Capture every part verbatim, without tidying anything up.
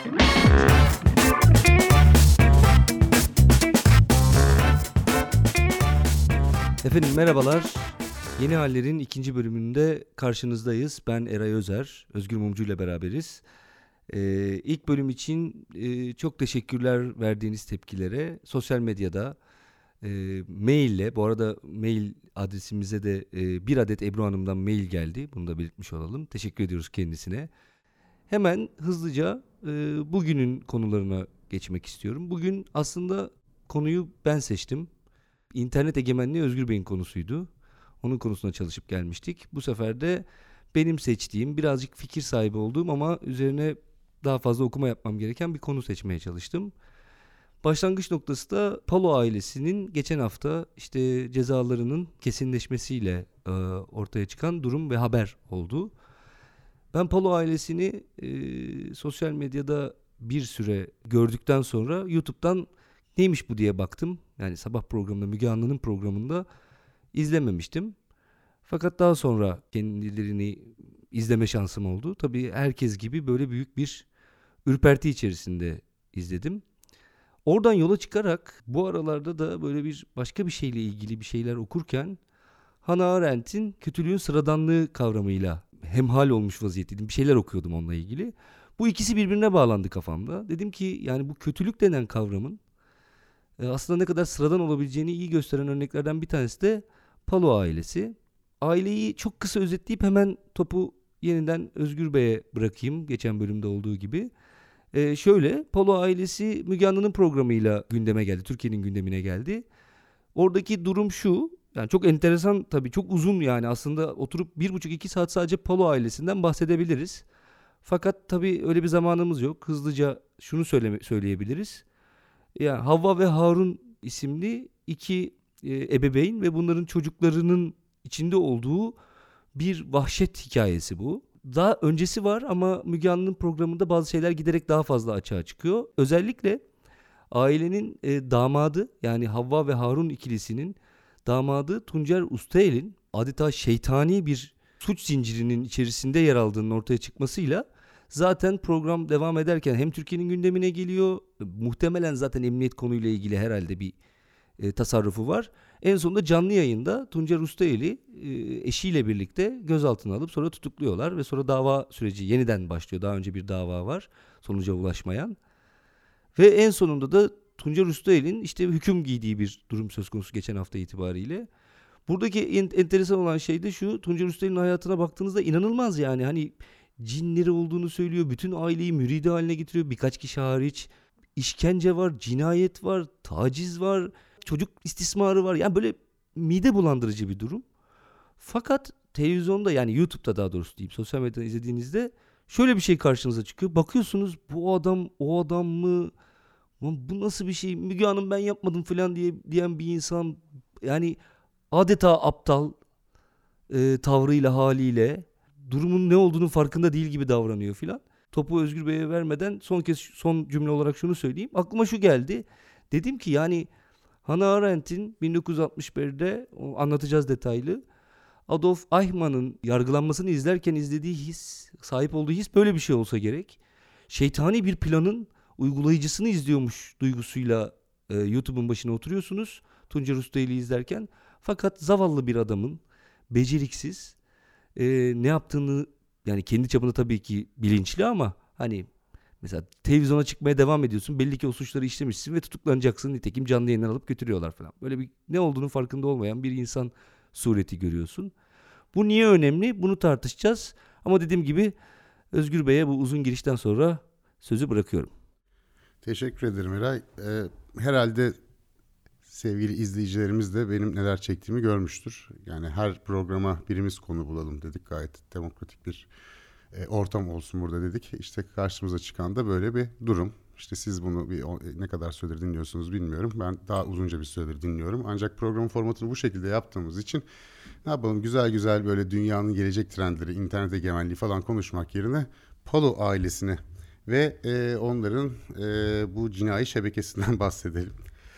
Efendim merhabalar. Yeni Haller'in ikinci bölümünde karşınızdayız. Ben Eray Özer, Özgür Mumcu ile beraberiz. Ee, ilk bölüm için e, çok teşekkürler verdiğiniz tepkilere. Sosyal medyada, e, maille, bu arada mail adresimize de e, bir adet Ebru Hanım'dan mail geldi. Bunu da belirtmiş olalım. Teşekkür ediyoruz kendisine. Hemen hızlıca e, bugünün konularına geçmek istiyorum. Bugün aslında konuyu ben seçtim. İnternet egemenliği Özgür Bey'in konusuydu. Onun konusuna çalışıp gelmiştik. Bu sefer de benim seçtiğim, birazcık fikir sahibi olduğum ama üzerine daha fazla okuma yapmam gereken bir konu seçmeye çalıştım. Başlangıç noktası da Palo ailesinin geçen hafta işte cezalarının kesinleşmesiyle e, ortaya çıkan durum ve haber oldu. Ben Palo ailesini e, sosyal medyada bir süre gördükten sonra YouTube'dan neymiş bu diye baktım. Yani sabah programında, Müge Anlı'nın programında izlememiştim. Fakat daha sonra kendilerini izleme şansım oldu. Tabii herkes gibi böyle büyük bir ürperti içerisinde izledim. Oradan yola çıkarak bu aralarda da böyle bir başka bir şeyle ilgili bir şeyler okurken Hannah Arendt'in kötülüğün sıradanlığı kavramıyla hemhal olmuş vaziyetteydim. Bir şeyler okuyordum onunla ilgili. Bu ikisi birbirine bağlandı kafamda. Dedim ki yani bu kötülük denen kavramın aslında ne kadar sıradan olabileceğini iyi gösteren örneklerden bir tanesi de Palo ailesi. Aileyi çok kısa özetleyip hemen topu yeniden Özgür Bey'e bırakayım. Geçen bölümde olduğu gibi. Ee, şöyle, Palo ailesi Müge Anlı'nın programıyla gündeme geldi. Türkiye'nin gündemine geldi. Oradaki durum şu. Yani çok enteresan tabii, çok uzun yani aslında oturup bir buçuk iki saat sadece Palo ailesinden bahsedebiliriz. Fakat tabii öyle bir zamanımız yok. Hızlıca şunu söyle, söyleyebiliriz. Yani Havva ve Harun isimli iki e, ebeveyn ve bunların çocuklarının içinde olduğu bir vahşet hikayesi bu. Daha öncesi var ama Müge Anlı'nın programında bazı şeyler giderek daha fazla açığa çıkıyor. Özellikle ailenin e, damadı, yani Havva ve Harun ikilisinin damadı Tuncer Ustael'in adeta şeytani bir suç zincirinin içerisinde yer aldığının ortaya çıkmasıyla zaten program devam ederken hem Türkiye'nin gündemine geliyor, muhtemelen zaten emniyet konuyla ilgili herhalde bir e, tasarrufu var. En sonunda canlı yayında Tuncer Ustaeli e, eşiyle birlikte gözaltına alıp sonra tutukluyorlar ve sonra dava süreci yeniden başlıyor. Daha önce bir dava var, sonuca ulaşmayan. Ve en sonunda da Tuncer Ustaeli'nin işte hüküm giydiği bir durum söz konusu geçen hafta itibariyle. Buradaki en, enteresan olan şey de şu: Tuncer Ustaeli'nin hayatına baktığınızda inanılmaz yani hani cinleri olduğunu söylüyor. Bütün aileyi müridi haline getiriyor. Birkaç kişi hariç. İşkence var, cinayet var, taciz var, çocuk istismarı var. Yani böyle mide bulandırıcı bir durum. Fakat televizyonda, yani YouTube'da daha doğrusu diyeyim, sosyal medyada izlediğinizde şöyle bir şey karşınıza çıkıyor. Bakıyorsunuz, bu adam o adam mı? Bu nasıl bir şey? Müge Hanım ben yapmadım falan diye diyen bir insan, yani adeta aptal e, tavrıyla, haliyle durumun ne olduğunun farkında değil gibi davranıyor filan. Topu Özgür Bey'e vermeden son kez son cümle olarak şunu söyleyeyim. Aklıma şu geldi. Dedim ki yani Hannah Arendt'in bin dokuz yüz altmış birde, anlatacağız detaylı, Adolf Eichmann'ın yargılanmasını izlerken izlediği his, sahip olduğu his böyle bir şey olsa gerek. Şeytani bir planın uygulayıcısını izliyormuş duygusuyla e, YouTube'un başına oturuyorsunuz Tuncer Ustaeli'yi izlerken. Fakat zavallı bir adamın beceriksiz, e, ne yaptığını, yani kendi çapında tabii ki bilinçli ama hani mesela televizyona çıkmaya devam ediyorsun. Belli ki o suçları işlemişsin ve tutuklanacaksın. Nitekim canlı yayından alıp götürüyorlar falan. Böyle bir ne olduğunu farkında olmayan bir insan sureti görüyorsun. Bu niye önemli? Bunu tartışacağız. Ama dediğim gibi Özgür Bey'e bu uzun girişten sonra sözü bırakıyorum. Teşekkür ederim Eray. Ee, herhalde sevgili izleyicilerimiz de benim neler çektiğimi görmüştür. Yani her programa birimiz konu bulalım dedik. Gayet demokratik bir e, ortam olsun burada dedik. İşte karşımıza çıkan da böyle bir durum. İşte siz bunu bir, ne kadar süredir dinliyorsunuz bilmiyorum. Ben daha uzunca bir süredir dinliyorum. Ancak programın formatını bu şekilde yaptığımız için ne yapalım, güzel güzel böyle dünyanın gelecek trendleri, internet egemenliği falan konuşmak yerine Palo ailesine ve e, onların e, bu cinayi şebekesinden bahsedelim.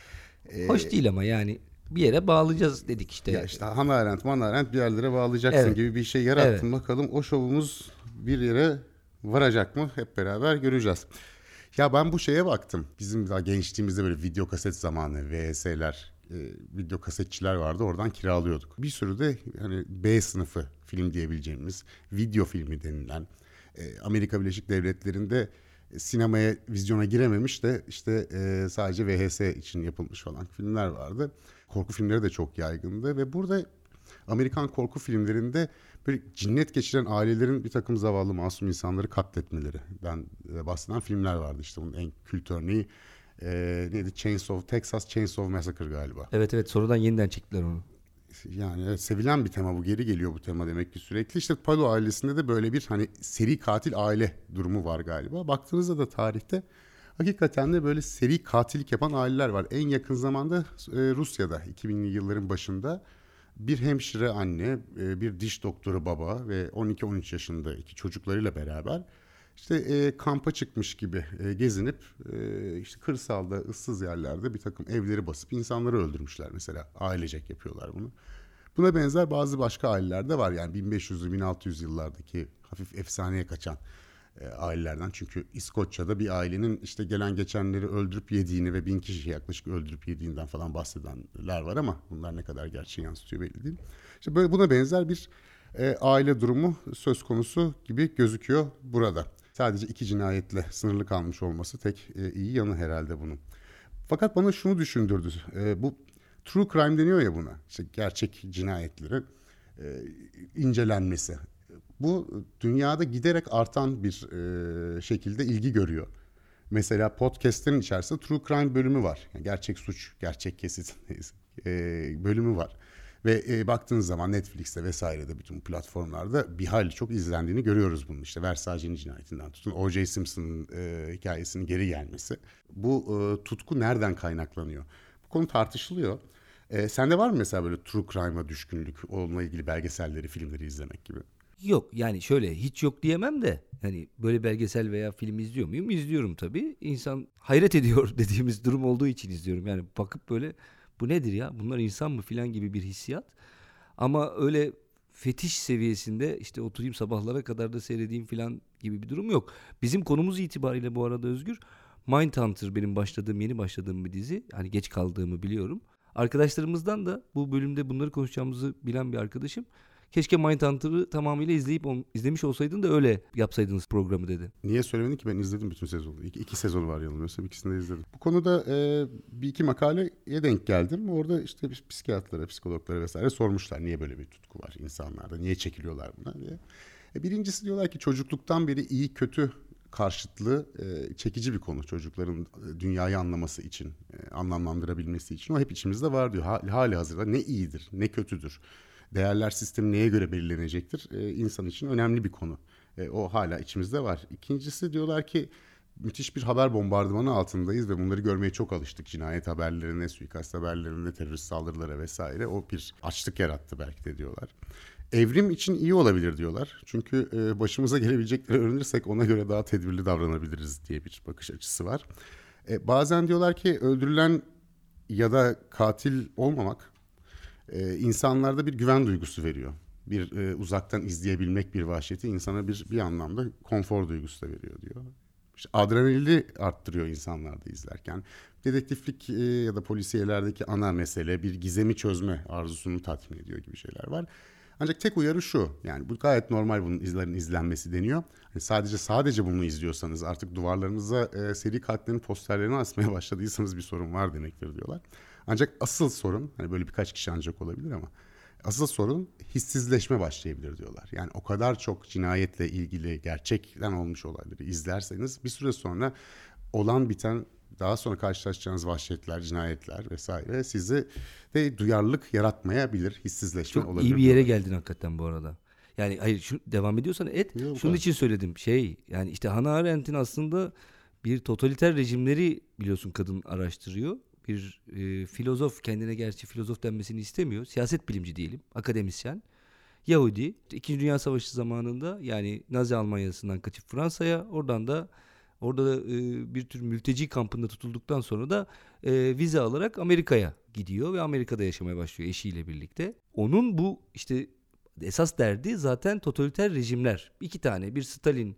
E, Hoş değil ama yani bir yere bağlayacağız dedik işte. Ya işte Hannah Arendt, Hannah Arendt bir yerlere bağlayacaksın evet. gibi bir şey yarattın. Evet. Bakalım o şovumuz bir yere varacak mı? Hep beraber göreceğiz. Ya ben bu şeye baktım. Bizim daha gençliğimizde böyle video kaset zamanı, V H S'ler, e, video kasetçiler vardı. Oradan kiralıyorduk. Bir sürü de hani B sınıfı film diyebileceğimiz video filmi denilen, e, Amerika Birleşik Devletleri'nde sinemaya, vizyona girememiş de işte e, sadece V H S için yapılmış falan filmler vardı. Korku filmleri de çok yaygındı ve burada Amerikan korku filmlerinde böyle cinnet geçiren ailelerin bir takım zavallı masum insanları katletmelerinden e, bahseden filmler vardı. İşte bunun en kült örneği e, neydi? Chainsaw, Texas Chainsaw Massacre galiba. Evet evet, sonradan yeniden çektiler onu. Yani evet, sevilen bir tema bu, geri geliyor bu tema demek ki sürekli. İşte Palo ailesinde de böyle bir hani seri katil aile durumu var galiba. Baktığınızda da tarihte hakikaten de böyle seri katillik yapan aileler var. En yakın zamanda e, Rusya'da iki binli yılların başında bir hemşire anne, e, bir diş doktoru baba ve on iki on üç yaşında iki çocuklarıyla beraber işte e, kampa çıkmış gibi e, gezinip e, işte kırsalda, ıssız yerlerde bir takım evleri basıp insanları öldürmüşler mesela. Ailecek yapıyorlar bunu. Buna benzer bazı başka aileler de var. Yani bin beş yüzlü bin altı yüz yıllardaki hafif efsaneye kaçan e, ailelerden. Çünkü İskoçya'da bir ailenin işte gelen geçenleri öldürüp yediğini ve bin kişi yaklaşık öldürüp yediğinden falan bahsedenler var ama bunlar ne kadar gerçeği yansıtıyor belli değil. İşte böyle buna benzer bir e, aile durumu söz konusu gibi gözüküyor burada. Sadece iki cinayetle sınırlı kalmış olması tek e, iyi yanı herhalde bunun. Fakat bana şunu düşündürdü. E, bu true crime deniyor ya buna. İşte gerçek cinayetlerin e, incelenmesi. Bu dünyada giderek artan bir e, şekilde ilgi görüyor. Mesela podcastlerin içerisinde true crime bölümü var. Yani gerçek suç, gerçek kesit e, bölümü var. Ve e, baktığınız zaman Netflix'te vesairede bütün platformlarda bir hayli çok izlendiğini görüyoruz bunun. İşte Versace'nin cinayetinden tutun O J Simpson'ın e, hikayesinin geri gelmesi. Bu e, tutku nereden kaynaklanıyor? Bu konu tartışılıyor. E, sende var mı mesela böyle true crime'a düşkünlük, onunla ilgili belgeselleri, filmleri izlemek gibi? Yok yani şöyle, hiç yok diyemem de hani böyle belgesel veya film izliyor muyum? İzliyorum tabii. İnsan hayret ediyor dediğimiz durum olduğu için izliyorum. Yani bakıp böyle bu nedir ya, bunlar insan mı filan gibi bir hissiyat. Ama öyle fetiş seviyesinde işte oturayım sabahlara kadar da seyredeyim filan gibi bir durum yok. Bizim konumuz itibariyle bu arada Özgür, Mindhunter benim başladığım, yeni başladığım bir dizi. Hani geç kaldığımı biliyorum. Arkadaşlarımızdan da bu bölümde bunları konuşacağımızı bilen bir arkadaşım, keşke Mindhunter'ı tamamıyla izleyip on, izlemiş olsaydın da öyle yapsaydınız programı dedi. Niye söylemedin ki? Ben izledim bütün sezonu. İki, iki sezonu var yanılmıyorsam, ikisini de izledim. Bu konuda e, bir iki makaleye denk geldim. Orada işte psikiyatrlara, psikologlara vesaire sormuşlar niye böyle bir tutku var insanlarda, niye çekiliyorlar buna diye. E, birincisi diyorlar ki çocukluktan beri iyi kötü karşıtlığı e, çekici bir konu çocukların e, dünyayı anlaması için, e, anlamlandırabilmesi için. O hep içimizde var diyor. Ha, hali hazırda ne iyidir, ne kötüdür. Değerler sistemi neye göre belirlenecektir? Ee, insan için önemli bir konu. Ee, o hala içimizde var. İkincisi diyorlar ki müthiş bir haber bombardımanı altındayız ve bunları görmeye çok alıştık. Cinayet haberlerine, suikast haberlerine, terörist saldırılara vesaire. O bir açlık yarattı belki de diyorlar. Evrim için iyi olabilir diyorlar. Çünkü e, başımıza gelebilecekleri öğrenirsek ona göre daha tedbirli davranabiliriz diye bir bakış açısı var. E, bazen diyorlar ki öldürülen ya da katil olmamak Ee, insanlarda bir güven duygusu veriyor. Bir e, uzaktan izleyebilmek bir vahşeti insana bir bir anlamda konfor duygusu da veriyor diyor. İşte adrenalini arttırıyor insanlarda izlerken. Dedektiflik e, ya da polisiyelerdeki ana mesele bir gizemi çözme arzusunu tatmin ediyor gibi şeyler var. Ancak tek uyarı şu, yani bu gayet normal bunun izlerin izlenmesi deniyor. Yani sadece sadece bunu izliyorsanız, artık duvarlarınıza e, seri katillerin posterlerini asmaya başladıysanız bir sorun var demektir diyorlar. Ancak asıl sorun, hani böyle birkaç kişi ancak olabilir ama asıl sorun hissizleşme başlayabilir diyorlar. Yani o kadar çok cinayetle ilgili gerçekten olmuş olayları izlerseniz bir süre sonra olan biten, daha sonra karşılaşacağınız vahşetler, cinayetler vesaire sizi de duyarlılık yaratmayabilir, hissizleşme Çok olabilir. iyi bir yere geldin hakikaten bu arada. Yani hayır, şu devam ediyorsan et. Yok, Şunun ben- için söyledim. Şey, yani işte Hannah Arendt'in aslında bir totaliter rejimleri biliyorsun kadın araştırıyor. Bir e, filozof, kendine gerçi filozof denmesini istemiyor. Siyaset bilimci diyelim, akademisyen. Yahudi. İkinci Dünya Savaşı zamanında yani Nazi Almanya'sından kaçıp Fransa'ya, oradan da orada da, e, bir tür mülteci kampında tutulduktan sonra da e, vize alarak Amerika'ya gidiyor ve Amerika'da yaşamaya başlıyor eşiyle birlikte. Onun bu işte esas derdi zaten totaliter rejimler. İki tane, bir Stalin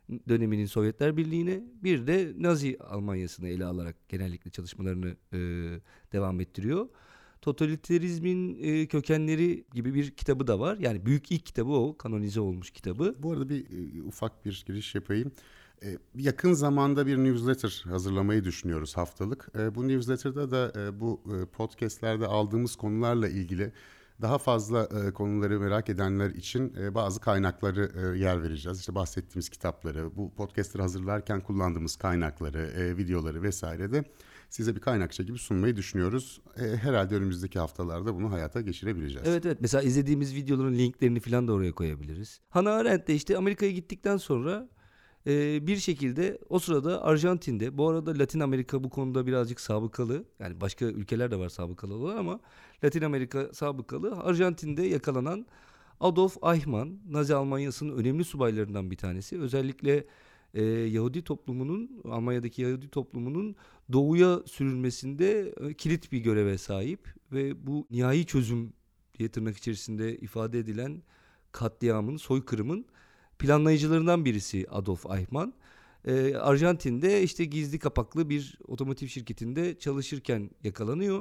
döneminin Sovyetler Birliği'ne, bir de Nazi Almanya'sını ele alarak genellikle çalışmalarını e, devam ettiriyor. Totalitarizmin e, kökenleri gibi bir kitabı da var. Yani büyük ilk kitabı o, kanonize olmuş kitabı. Bu arada bir e, ufak bir giriş yapayım. E, yakın zamanda bir newsletter hazırlamayı düşünüyoruz haftalık. E, bu newsletter'da da e, bu e, podcastlerde aldığımız konularla ilgili daha fazla e, konuları merak edenler için e, bazı kaynakları e, yer vereceğiz. İşte bahsettiğimiz kitapları, bu podcast'ları hazırlarken kullandığımız kaynakları, e, videoları vesaire de size bir kaynakça gibi sunmayı düşünüyoruz. E, herhalde önümüzdeki haftalarda bunu hayata geçirebileceğiz. Evet evet, mesela izlediğimiz videoların linklerini falan da oraya koyabiliriz. Hannah Arendt de işte Amerika'ya gittikten sonra e, bir şekilde o sırada Arjantin'de, bu arada Latin Amerika bu konuda birazcık sabıkalı. Yani başka ülkeler de var sabıkalı olan ama Latin Amerika sabıkalı. Arjantin'de yakalanan Adolf Eichmann, Nazi Almanyası'nın önemli subaylarından bir tanesi. Özellikle e, Yahudi toplumunun, Almanya'daki Yahudi toplumunun doğuya sürülmesinde e, kilit bir göreve sahip ve bu nihai çözüm diye tırnak içerisinde ifade edilen katliamın, soykırımın planlayıcılarından birisi Adolf Eichmann. E, Arjantin'de işte gizli kapaklı bir otomotiv şirketinde çalışırken yakalanıyor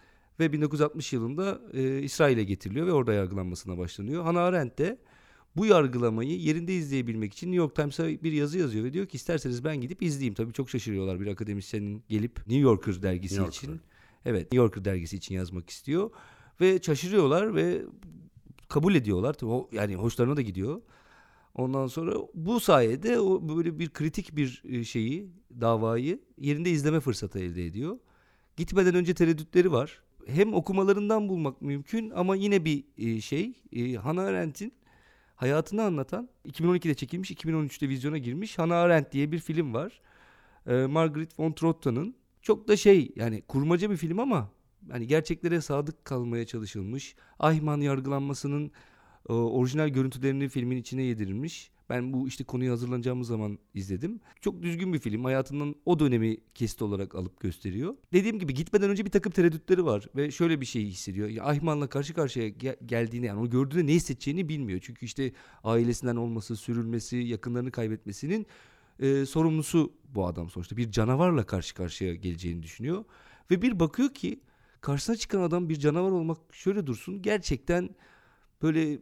ve bin dokuz yüz altmış yılında e, İsrail'e getiriliyor ve orada yargılanmasına başlanıyor. Hannah Arendt de bu yargılamayı yerinde izleyebilmek için New York Times'a bir yazı yazıyor ve diyor ki isterseniz ben gidip izleyeyim. Tabii çok şaşırıyorlar bir akademisyenin gelip New Yorker dergisi New için. Yorker. Evet, New Yorker dergisi için yazmak istiyor ve şaşırıyorlar ve kabul ediyorlar. O, yani hoşlarına da gidiyor. Ondan sonra bu sayede o böyle bir kritik bir şeyi, davayı yerinde izleme fırsatı elde ediyor. Gitmeden önce tereddütleri var. Hem okumalarından bulmak mümkün ama yine bir şey, Hannah Arendt'in hayatını anlatan, iki bin on ikide çekilmiş, iki bin on üçte vizyona girmiş Hannah Arendt diye bir film var. Margaret von Trotta'nın. Çok da şey, yani kurmaca bir film ama hani gerçeklere sadık kalmaya çalışılmış. Eichmann yargılanmasının o, orijinal görüntülerini filmin içine yedirilmiş. Ben bu işte konuya hazırlanacağımız zaman izledim. Çok düzgün bir film. Hayatından o dönemi kesit olarak alıp gösteriyor. Dediğim gibi gitmeden önce bir takım tereddütleri var. Ve şöyle bir şey hissediyor. Ya, Eichmann'la karşı karşıya gel- geldiğini, yani onu gördüğünde ne hissedeceğini bilmiyor. Çünkü işte ailesinden olması, sürülmesi, yakınlarını kaybetmesinin e, sorumlusu bu adam sonuçta. Bir canavarla karşı karşıya geleceğini düşünüyor. Ve bir bakıyor ki karşısına çıkan adam bir canavar olmak şöyle dursun. Gerçekten böyle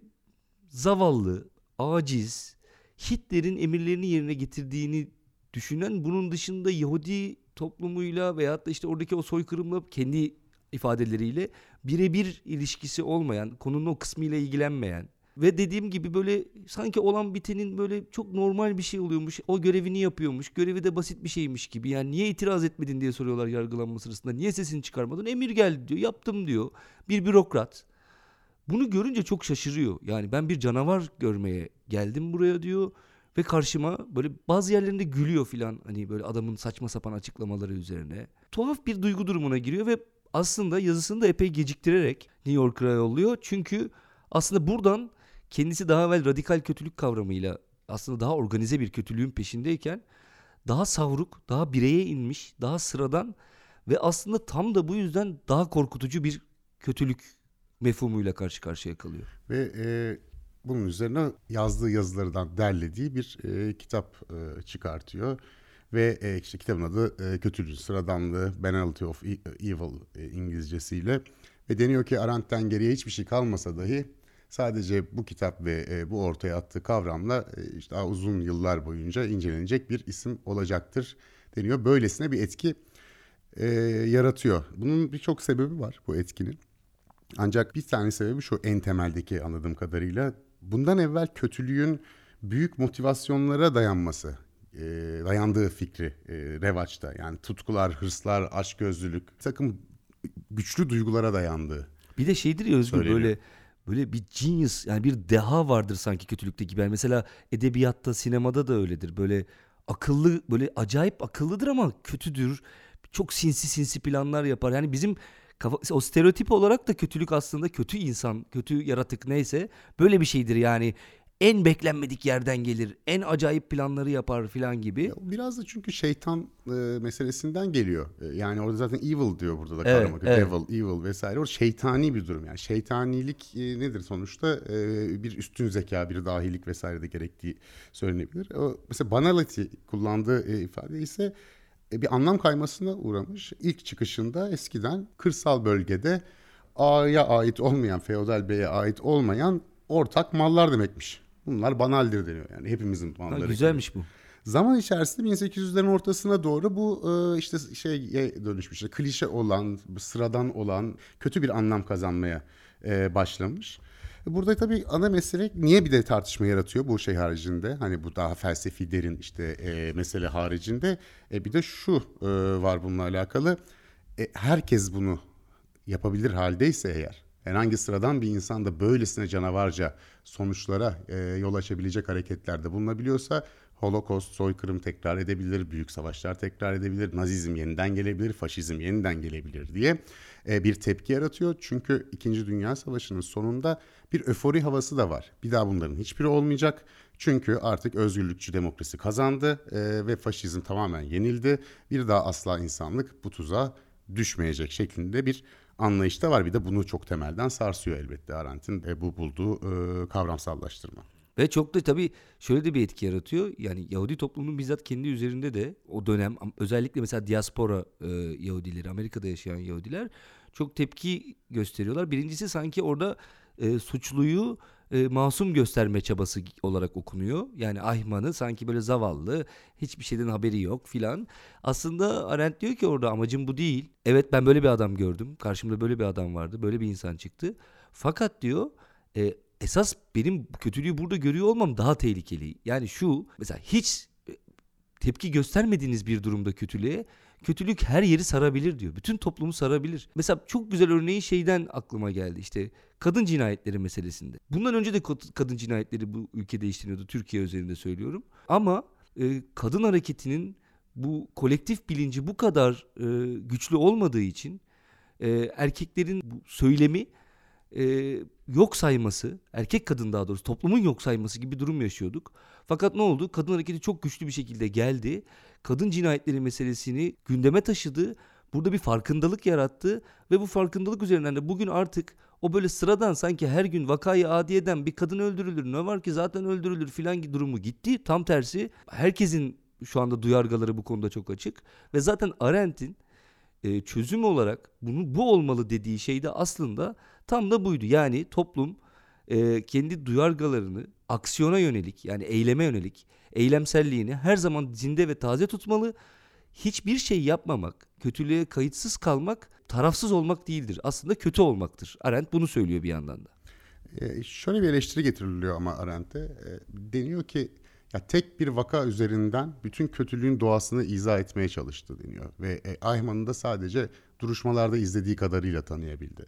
zavallı, aciz, Hitler'in emirlerini yerine getirdiğini düşünen, bunun dışında Yahudi toplumuyla veyahut da işte oradaki o soykırımla kendi ifadeleriyle birebir ilişkisi olmayan, konunun o kısmıyla ilgilenmeyen ve dediğim gibi böyle sanki olan bitenin böyle çok normal bir şey oluyormuş, o görevini yapıyormuş, görevi de basit bir şeymiş gibi. Yani niye itiraz etmedin diye soruyorlar yargılanma sırasında, niye sesini çıkarmadın, emir geldi diyor, yaptım diyor, bir bürokrat. Bunu görünce çok şaşırıyor. Yani ben bir canavar görmeye geldim buraya diyor ve karşıma böyle bazı yerlerinde gülüyor filan, hani böyle adamın saçma sapan açıklamaları üzerine. Tuhaf bir duygu durumuna giriyor ve aslında yazısını da epey geciktirerek New Yorker'a yolluyor. Çünkü aslında buradan kendisi daha evvel radikal kötülük kavramıyla aslında daha organize bir kötülüğün peşindeyken daha savruk, daha bireye inmiş, daha sıradan ve aslında tam da bu yüzden daha korkutucu bir kötülük mefhumuyla karşı karşıya kalıyor. Ve e, bunun üzerine yazdığı yazılardan derlediği bir e, kitap e, çıkartıyor. Ve e, işte kitabın adı e, Kötülüğün Sıradanlığı, Banality of Evil e, İngilizcesiyle. Ve deniyor ki Arendt'ten geriye hiçbir şey kalmasa dahi sadece bu kitap ve e, bu ortaya attığı kavramla e, işte daha uzun yıllar boyunca incelenecek bir isim olacaktır deniyor. Böylesine bir etki e, yaratıyor. Bunun birçok sebebi var bu etkinin. Ancak bir tane sebebi şu, en temeldeki anladığım kadarıyla. Bundan evvel kötülüğün büyük motivasyonlara dayanması, e, dayandığı fikri e, revaçta. Yani tutkular, hırslar, açgözlülük, bir takım güçlü duygulara dayandığı. Bir de şeydir ya Özgür, böyle böyle bir genius, yani bir deha vardır sanki kötülükte gibi. Yani mesela edebiyatta, sinemada da öyledir. Böyle akıllı, böyle acayip akıllıdır ama kötüdür. Çok sinsi sinsi planlar yapar. Yani bizim o stereotip olarak da kötülük aslında, kötü insan, kötü yaratık neyse böyle bir şeydir yani. en beklenmedik yerden gelir, en acayip planları yapar filan gibi. Ya, biraz da çünkü şeytan e, meselesinden geliyor. E, yani orada zaten evil diyor burada da Evet, kahraman. evet. Devil, evil vesaire. O şeytani bir durum yani. Şeytanilik e, nedir sonuçta? E, bir üstün zeka, bir dahilik vesaire de gerektiği söylenebilir. O, mesela banality kullandığı e, ifade ise e, bir anlam kaymasına uğramış. İlk çıkışında eskiden kırsal bölgede A'ya ait olmayan, feodal beye ait olmayan ortak mallar demekmiş. Bunlar banaldir deniyor yani hepimizin malları. Ha, güzelmiş gibi. bu. Zaman içerisinde bin sekiz yüzlerin ortasına doğru bu e, işte şeye dönüşmüş. İşte klişe olan, sıradan olan kötü bir anlam kazanmaya e, başlamış. Burada tabii ana mesele niye bir de tartışma yaratıyor bu şey haricinde. Hani bu daha felsefi derin işte e, mesele haricinde. E, bir de şu e, var bununla alakalı. E, herkes bunu yapabilir haldeyse eğer, herhangi sıradan bir insan da böylesine canavarca sonuçlara e, yol açabilecek hareketlerde bulunabiliyorsa, Holocaust, soykırım tekrar edebilir, büyük savaşlar tekrar edebilir, Nazizm yeniden gelebilir, faşizm yeniden gelebilir diye e, bir tepki yaratıyor. Çünkü İkinci Dünya Savaşı'nın sonunda bir öfori havası da var. Bir daha bunların hiçbiri olmayacak. Çünkü artık özgürlükçü demokrasi kazandı e, ve faşizm tamamen yenildi. Bir daha asla insanlık bu tuzağa düşmeyecek şeklinde bir anlayışta var. Bir de bunu çok temelden sarsıyor elbette Arendt'in e, bu bulduğu e, kavramsallaştırma. Ve çok da tabii şöyle de bir etki yaratıyor. Yani Yahudi toplumunun bizzat kendi üzerinde de o dönem özellikle mesela diaspora e, Yahudileri, Amerika'da yaşayan Yahudiler çok tepki gösteriyorlar. Birincisi sanki orada e, suçluyu e, masum gösterme çabası olarak okunuyor. Yani Eichmann'ı sanki böyle zavallı, hiçbir şeyden haberi yok filan. Aslında Arendt diyor ki orada amacım bu değil. Evet, ben böyle bir adam gördüm. Karşımda böyle bir adam vardı. Böyle bir insan çıktı. Fakat diyor e, esas benim kötülüğü burada görüyor olmam daha tehlikeli. Yani şu, mesela hiç tepki göstermediğiniz bir durumda kötülüğe, kötülük her yeri sarabilir diyor. Bütün toplumu sarabilir. Mesela çok güzel örneği şeyden aklıma geldi, işte kadın cinayetleri meselesinde. Bundan önce de kadın cinayetleri bu ülkede işleniyordu, Türkiye üzerinde söylüyorum. Ama e, kadın hareketinin bu kolektif bilinci bu kadar e, güçlü olmadığı için e, erkeklerin bu söylemi e, yok sayması, erkek kadın daha doğrusu toplumun yok sayması gibi bir durum yaşıyorduk. Fakat ne oldu? Kadın hareketi çok güçlü bir şekilde geldi. Kadın cinayetleri meselesini gündeme taşıdı. Burada bir farkındalık yarattı ve bu farkındalık üzerinden de bugün artık o böyle sıradan sanki her gün vakayı adiyeden bir kadın öldürülür, ne var ki zaten öldürülür filan durumu gitti. Tam tersi, herkesin şu anda duyargaları bu konuda çok açık ve zaten Arendt'in e, çözüm olarak bunu bu olmalı dediği şey de aslında tam da buydu. Yani toplum e, kendi duyargalarını aksiyona yönelik, yani eyleme yönelik eylemselliğini her zaman zinde ve taze tutmalı. Hiçbir şey yapmamak, kötülüğe kayıtsız kalmak, tarafsız olmak değildir. Aslında kötü olmaktır. Arendt bunu söylüyor bir yandan da. E, şöyle bir eleştiri getiriliyor ama Arendt'e. E, deniyor ki ya tek bir vaka üzerinden bütün kötülüğün doğasını izah etmeye çalıştı deniyor. Ve e, Eichmann'ı da sadece duruşmalarda izlediği kadarıyla tanıyabildi.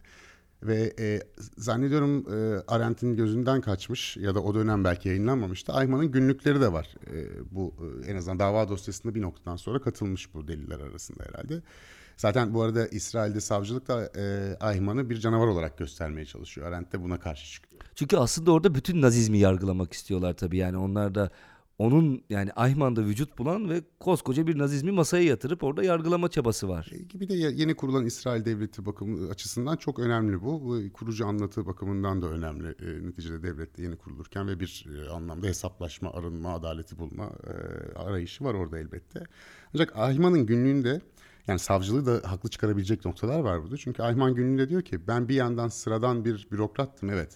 Ve e, zannediyorum e, Arendt'in gözünden kaçmış ya da o dönem belki yayınlanmamıştı. Eichmann'ın günlükleri de var. E, bu e, en azından dava dosyasında bir noktadan sonra katılmış bu deliller arasında herhalde. Zaten bu arada İsrail'de savcılık da e, Eichmann'ı bir canavar olarak göstermeye çalışıyor. Arendt de buna karşı çıkıyor. Çünkü aslında orada bütün Nazizmi yargılamak istiyorlar tabii. Yani onlar da onun, yani Eichmann'da vücut bulan ve koskoca bir Nazizmi masaya yatırıp orada yargılama çabası var. E, bir de yeni kurulan İsrail devleti bakımı açısından çok önemli bu. bu kurucu anlatı bakımından da önemli. E, neticede devlet de yeni kurulurken ve bir e, anlamda hesaplaşma, arınma, adaleti bulma e, arayışı var orada elbette. Ancak Eichmann'ın günlüğünde, yani savcılığı da haklı çıkarabilecek noktalar var burada. Çünkü Eichmann günlüğünde diyor ki ben bir yandan sıradan bir bürokrattım, evet.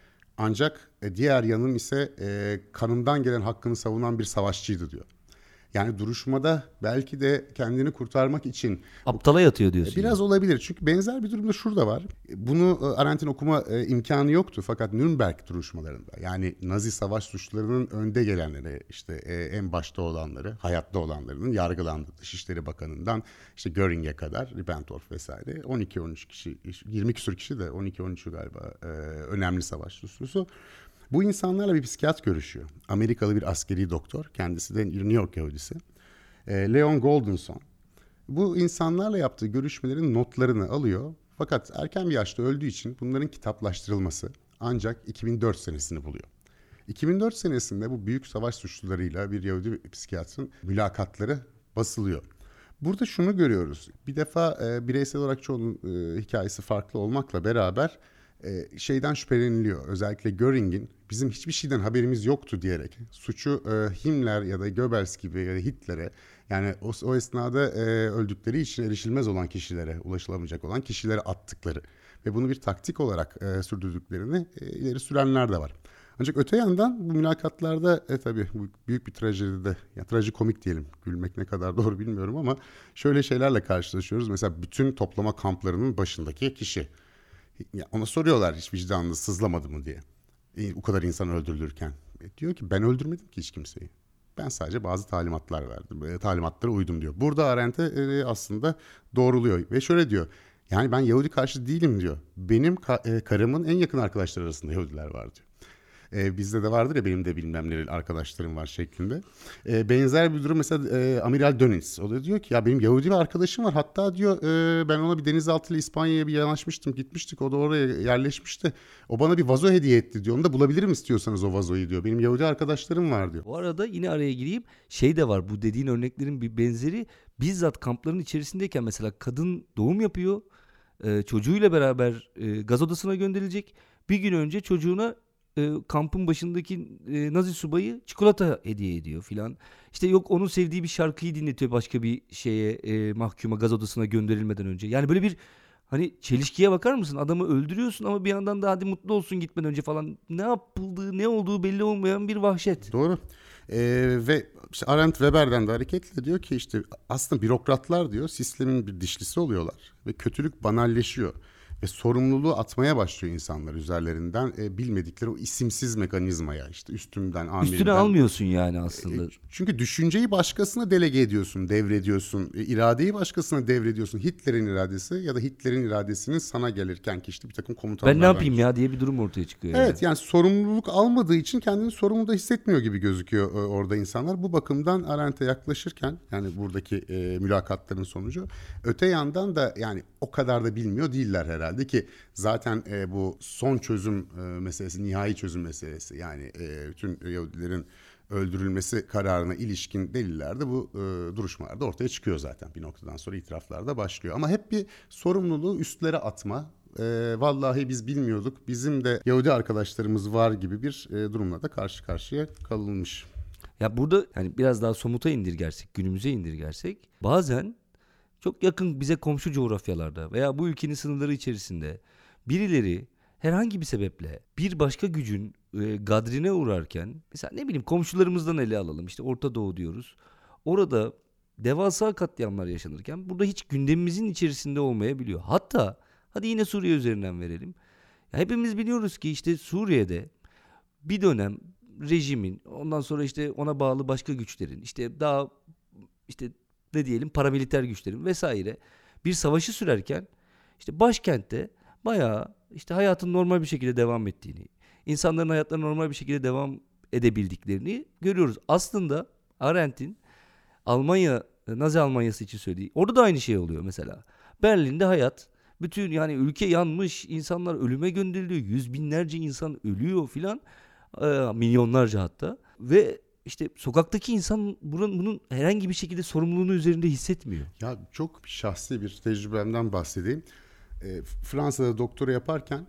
Ancak e, diğer yanım ise e, kanımdan gelen hakkını savunan bir savaşçıydı diyor. Yani duruşmada belki de kendini kurtarmak için aptala yatıyor diyorsun. Biraz yani. Olabilir. Çünkü benzer bir durumda şurada var. Bunu Arendt'in okuma e, imkanı yoktu. Fakat Nürnberg duruşmalarında, yani Nazi savaş suçlarının önde gelenleri, işte e, en başta olanları, hayatta olanlarının yargılandığı, Dışişleri Bakanı'ndan işte Göring'e kadar, Ribbentrop vesaire on iki on üç kişi, yirmi küsur kişi de on iki on üçü galiba e, önemli savaş suçlusu. Bu insanlarla bir psikiyatr görüşüyor. Amerikalı bir askeri doktor. Kendisi de New York Yahudisi. E, Leon Goldenson. Bu insanlarla yaptığı görüşmelerin notlarını alıyor. Fakat erken bir yaşta öldüğü için bunların kitaplaştırılması ancak iki bin dört senesini buluyor. iki bin dört senesinde bu büyük savaş suçlularıyla bir Yahudi psikiyatrın mülakatları basılıyor. Burada şunu görüyoruz. Bir defa e, bireysel olarak çoğunun e, hikayesi farklı olmakla beraber e, şeyden şüpheleniliyor. Özellikle Göring'in bizim hiçbir şeyden haberimiz yoktu diyerek suçu e, Himmler ya da Goebbels gibi ya da Hitler'e, yani o, o esnada e, öldükleri için erişilmez olan kişilere, ulaşılamayacak olan kişilere attıkları ve bunu bir taktik olarak e, sürdürdüklerini e, ileri sürenler de var. Ancak öte yandan bu mülakatlarda e, tabii bu büyük bir trajedide, ya trajikomik diyelim, gülmek ne kadar doğru bilmiyorum ama şöyle şeylerle karşılaşıyoruz. Mesela bütün toplama kamplarının başındaki kişi. Ya ona soruyorlar hiç vicdanını sızlamadı mı diye. E, o kadar insan öldürülürken. E, diyor ki ben öldürmedim ki hiç kimseyi. Ben sadece bazı talimatlar verdim. E, talimatlara uydum diyor. Burada Arendt'e e, aslında doğruluyor ve şöyle diyor. Yani ben Yahudi karşı değilim diyor. Benim ka- e, karımın en yakın arkadaşları arasında Yahudiler var diyor. E, bizde de vardır ya benim de bilmem ne arkadaşlarım var şeklinde. E, benzer bir durum mesela e, Amiral Dönitz. O da diyor ki ya benim Yahudi bir arkadaşım var. Hatta diyor e, ben ona bir denizaltıyla İspanya'ya bir yanaşmıştım. Gitmiştik, o da oraya yerleşmişti. O bana bir vazo hediye etti diyor. Onu da bulabilirim istiyorsanız o vazoyu diyor. Benim Yahudi arkadaşlarım var diyor. Bu arada yine araya gireyim. Şey de var, bu dediğin örneklerin bir benzeri. Bizzat kampların içerisindeyken mesela kadın doğum yapıyor. E, çocuğuyla beraber e, gaz odasına gönderilecek. Bir gün önce çocuğuna e, kampın başındaki e, Nazi subayı çikolata hediye ediyor filan. İşte yok onun sevdiği bir şarkıyı dinletiyor başka bir şeye, e, mahkuma gaz odasına gönderilmeden önce. Yani böyle bir hani çelişkiye bakar mısın? Adamı öldürüyorsun ama bir yandan da hadi mutlu olsun gitmeden önce falan. Ne yapıldığı, ne olduğu belli olmayan bir vahşet. Doğru. Ee, ve işte Arendt Weber'den de hareketle diyor ki işte aslında bürokratlar diyor sistemin bir dişlisi oluyorlar ve kötülük banalleşiyor ve sorumluluğu atmaya başlıyor insanlar üzerlerinden e, bilmedikleri o isimsiz mekanizmaya, işte üstümden, amirimden. Üstüne almıyorsun yani aslında. E, çünkü düşünceyi başkasına delege ediyorsun, devrediyorsun. E, iradeyi başkasına devrediyorsun. Hitler'in iradesi ya da Hitler'in iradesinin sana gelirken ki işte bir takım komutanlar. Ben ne yapayım ya diye bir durum ortaya çıkıyor. Evet yani. yani sorumluluk almadığı için kendini sorumlu da hissetmiyor gibi gözüküyor e, orada insanlar. Bu bakımdan Arendt'e yaklaşırken yani buradaki e, mülakatların sonucu, öte yandan da yani o kadar da bilmiyor değiller herhalde ki zaten e, bu son çözüm e, meselesi, nihai çözüm meselesi, yani e, bütün Yahudilerin öldürülmesi kararına ilişkin deliller de bu e, duruşmalarda ortaya çıkıyor zaten. Bir noktadan sonra itiraflar da başlıyor. Ama hep bir sorumluluğu üstlere atma, e, vallahi biz bilmiyorduk, bizim de Yahudi arkadaşlarımız var gibi bir e, durumla da karşı karşıya kalınmış. Ya burada hani biraz daha somuta indirgersek, günümüze indirgersek, bazen çok yakın bize komşu coğrafyalarda veya bu ülkenin sınırları içerisinde birileri herhangi bir sebeple bir başka gücün e, gadrine uğrarken, mesela ne bileyim komşularımızdan ele alalım, işte Orta Doğu diyoruz. Orada devasa katliamlar yaşanırken burada hiç gündemimizin içerisinde olmayabiliyor. Hatta hadi yine Suriye üzerinden verelim. Ya hepimiz biliyoruz ki işte Suriye'de bir dönem rejimin, ondan sonra işte ona bağlı başka güçlerin, işte daha işte ne diyelim paramiliter güçlerin vesaire bir savaşı sürerken işte başkentte bayağı işte hayatın normal bir şekilde devam ettiğini, insanların hayatları normal bir şekilde devam edebildiklerini görüyoruz. Aslında Arendt'in Almanya, Nazi Almanyası için söylediği, orada da aynı şey oluyor mesela. Berlin'de hayat, bütün yani ülke yanmış, insanlar ölüme gönderiliyor, yüz binlerce insan ölüyor filan, e, milyonlarca hatta ve İşte sokaktaki insan bunun, bunun herhangi bir şekilde sorumluluğunu üzerinde hissetmiyor. Ya çok şahsi bir tecrübemden bahsedeyim. E, Fransa'da doktora yaparken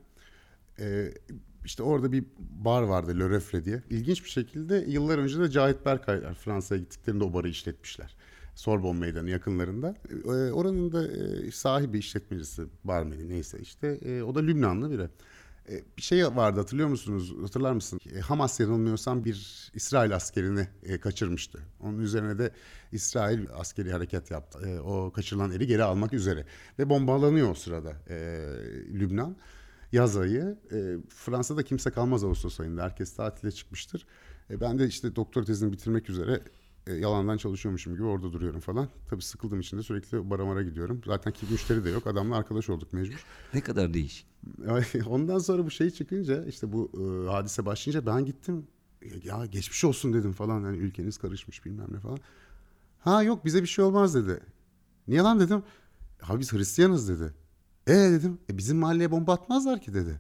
e, işte orada bir bar vardı, Le Reflet diye. İlginç bir şekilde yıllar önce de Cahit Berkaylar Fransa'ya gittiklerinde o barı işletmişler. Sorbonne Meydanı yakınlarında. E, oranın da e, sahibi, işletmecisi, barmeni neyse işte e, o da Lübnanlı biri. Bir şey vardı, hatırlıyor musunuz? Hatırlar mısın? Hamas yanılmıyorsam bir İsrail askerini e, kaçırmıştı. Onun üzerine de İsrail askeri hareket yaptı. E, o kaçırılan eri geri almak üzere. Ve bombalanıyor o sırada e, Lübnan. Yaz ayı. E, Fransa'da kimse kalmaz Ağustos ayında. Herkes tatile çıkmıştır. E, ben de işte doktor tezini bitirmek üzere e, yalandan çalışıyormuşum gibi orada duruyorum falan. Tabii sıkıldığım için de sürekli baramara gidiyorum. Zaten ki müşteri de yok. Adamla arkadaş olduk mecbur. Ne kadar değişik. Ondan sonra bu şey çıkınca, işte bu e, hadise başlayınca ben gittim. Ya geçmiş olsun dedim falan. Yani ülkeniz karışmış bilmem ne falan. Ha yok bize bir şey olmaz dedi. Niye lan dedim. Ha biz Hristiyanız dedi. E dedim. E bizim mahalleye bomba atmazlar ki dedi.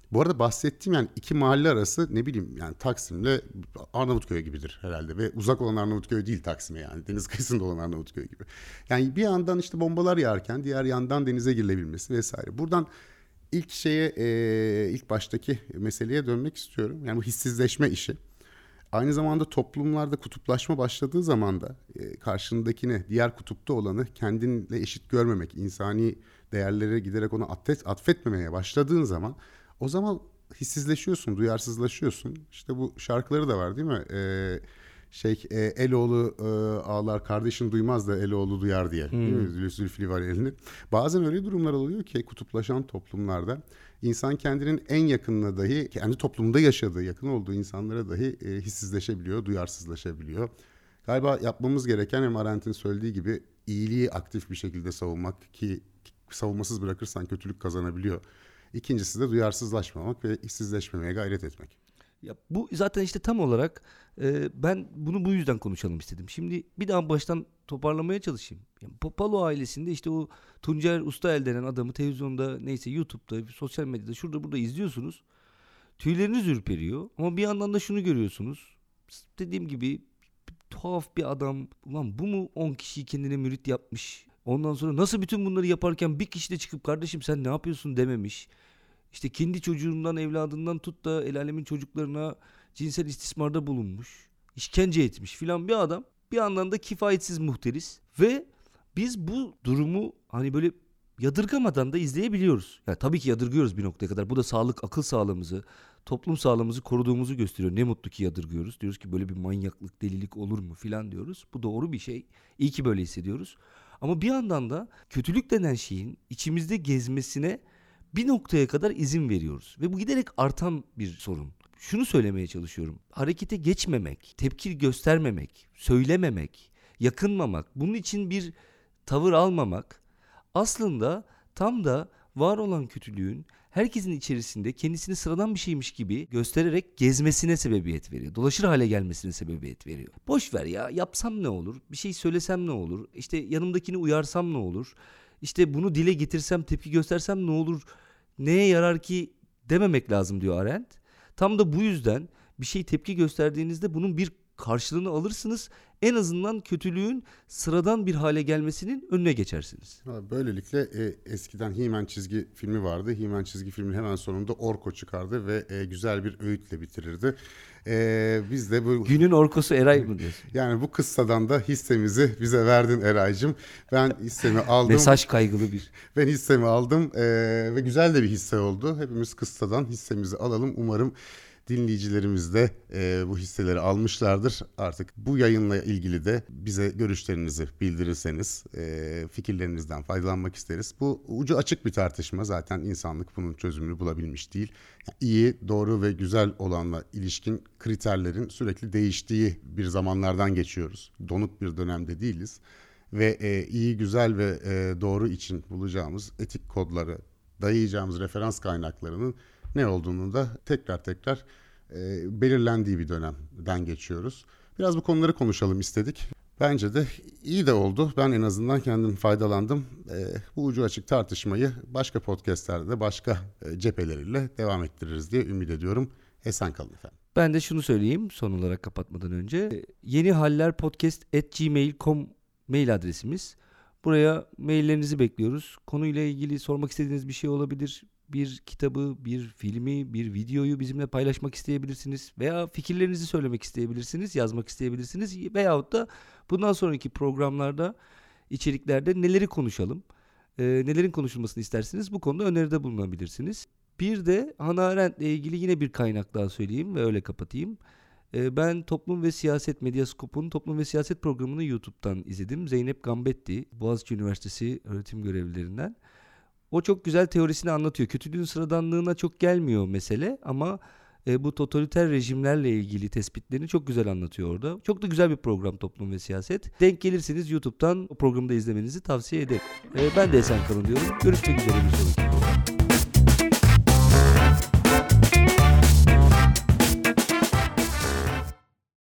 Bu arada bahsettiğim yani iki mahalle arası ne bileyim yani Taksim'le Arnavutköy gibidir herhalde. Ve uzak olan Arnavutköy değil Taksim'e yani. Deniz kıyısında olan Arnavutköy gibi. Yani bir yandan işte bombalar yağarken diğer yandan denize girilebilmesi vesaire. Buradan ilk şeye e, ilk baştaki meseleye dönmek istiyorum. Yani bu hissizleşme işi. Aynı zamanda toplumlarda kutuplaşma başladığı zaman da e, karşındakine, diğer kutupta olanı kendinle eşit görmemek, insani değerlere giderek onu atfet, atfetmemeye başladığın zaman o zaman hissizleşiyorsun, duyarsızlaşıyorsun. İşte bu şarkıları da var değil mi? Ee, şey e, Eloğlu e, ağlar kardeşin duymaz da Eloğlu duyar diye. Hmm. Değil mi? Zülfü var elini. Bazen öyle durumlar oluyor ki kutuplaşan toplumlarda insan kendinin en yakınına dahi, kendi toplumda yaşadığı, yakın olduğu insanlara dahi e, hissizleşebiliyor, duyarsızlaşabiliyor. Galiba yapmamız gereken hem Arendt'in söylediği gibi iyiliği aktif bir şekilde savunmak ki savunmasız bırakırsan kötülük kazanabiliyor. İkincisi de duyarsızlaşmamak ve hissizleşmemeye gayret etmek. Ya bu zaten işte tam olarak e, ben bunu bu yüzden konuşalım istedim. Şimdi bir daha baştan toparlamaya çalışayım. Yani Palo ailesinde işte o Tuncer Ustael denen adamı televizyonda neyse YouTube'da, sosyal medyada şurada burada izliyorsunuz. Tüyleriniz ürperiyor ama bir yandan da şunu görüyorsunuz. Dediğim gibi tuhaf bir adam. Ulan bu mu on kişiyi kendine mürit yapmış? Ondan sonra nasıl bütün bunları yaparken bir kişi de çıkıp kardeşim sen ne yapıyorsun dememiş. İşte kendi çocuğundan, evladından tut da el alemin çocuklarına cinsel istismarda bulunmuş. İşkence etmiş filan bir adam. Bir yandan da kifayetsiz muhteris. Ve biz bu durumu hani böyle yadırgamadan da izleyebiliyoruz. Yani tabii ki yadırgıyoruz bir noktaya kadar. Bu da sağlık, akıl sağlığımızı, toplum sağlığımızı koruduğumuzu gösteriyor. Ne mutlu ki yadırgıyoruz. Diyoruz ki böyle bir manyaklık, delilik olur mu filan diyoruz. Bu doğru bir şey. İyi ki böyle hissediyoruz. Ama bir yandan da kötülük denen şeyin içimizde gezmesine bir noktaya kadar izin veriyoruz. Ve bu giderek artan bir sorun. Şunu söylemeye çalışıyorum. Harekete geçmemek, tepki göstermemek, söylememek, yakınmamak, bunun için bir tavır almamak aslında tam da var olan kötülüğün herkesin içerisinde kendisini sıradan bir şeymiş gibi göstererek gezmesine sebebiyet veriyor. Dolaşır hale gelmesine sebebiyet veriyor. Boş ver ya, yapsam ne olur? Bir şey söylesem ne olur? İşte yanımdakini uyarsam ne olur? İşte bunu dile getirsem, tepki göstersem ne olur? Neye yarar ki dememek lazım diyor Arendt. Tam da bu yüzden bir şey tepki gösterdiğinizde bunun bir karşılığını alırsınız. En azından kötülüğün sıradan bir hale gelmesinin önüne geçersiniz. Böylelikle e, eskiden He-Man çizgi filmi vardı. He-Man çizgi filmin hemen sonunda Orko çıkardı ve e, güzel bir öğütle bitirirdi. E, biz de bu... Günün Orkosu Eray mı diyorsun? Yani bu kıssadan da hissemizi bize verdin Eray'cığım. Ben hissemi aldım. Mesaj kaygılı bir. Ben hissemi aldım e, ve güzel de bir hisse oldu. Hepimiz kıssadan hissemizi alalım. Umarım dinleyicilerimiz de e, bu hisseleri almışlardır. Artık bu yayınla ilgili de bize görüşlerinizi bildirirseniz e, fikirlerinizden faydalanmak isteriz. Bu ucu açık bir tartışma. Zaten insanlık bunun çözümünü bulabilmiş değil. Yani iyi, doğru ve güzel olanla ilişkin kriterlerin sürekli değiştiği bir zamanlardan geçiyoruz. Donuk bir dönemde değiliz. Ve e, iyi, güzel ve e, doğru için bulacağımız etik kodları, dayayacağımız referans kaynaklarının ne olduğunu da tekrar tekrar e, belirlendiği bir dönemden geçiyoruz. Biraz bu konuları konuşalım istedik. Bence de iyi de oldu. Ben en azından kendim faydalandım. E, bu ucu açık tartışmayı başka podcastlerde başka e, cepheleriyle devam ettiririz diye ümit ediyorum. Esen kalın efendim. Ben de şunu söyleyeyim son olarak kapatmadan önce. Yeni Haller Podcast at gmail nokta com mail adresimiz. Buraya maillerinizi bekliyoruz. Konuyla ilgili sormak istediğiniz bir şey olabilir. Bir kitabı, bir filmi, bir videoyu bizimle paylaşmak isteyebilirsiniz. Veya fikirlerinizi söylemek isteyebilirsiniz, yazmak isteyebilirsiniz. Veyahut da bundan sonraki programlarda, içeriklerde neleri konuşalım, e, nelerin konuşulmasını istersiniz, bu konuda öneride bulunabilirsiniz. Bir de Hannah Arendt ile ilgili yine bir kaynak daha söyleyeyim ve öyle kapatayım. E, ben Toplum ve Siyaset Medyascope'un Toplum ve Siyaset programını YouTube'dan izledim. Zeynep Gambetti, Boğaziçi Üniversitesi öğretim görevlilerinden. O çok güzel teorisini anlatıyor. Kötülüğün sıradanlığına çok gelmiyor mesele ama e, bu totaliter rejimlerle ilgili tespitlerini çok güzel anlatıyor orada. Çok da güzel bir program Toplum ve Siyaset. Denk gelirseniz YouTube'dan o programı da izlemenizi tavsiye ederim. E, ben de esen kalın diyorum. Görüşmek üzere bir sonraki.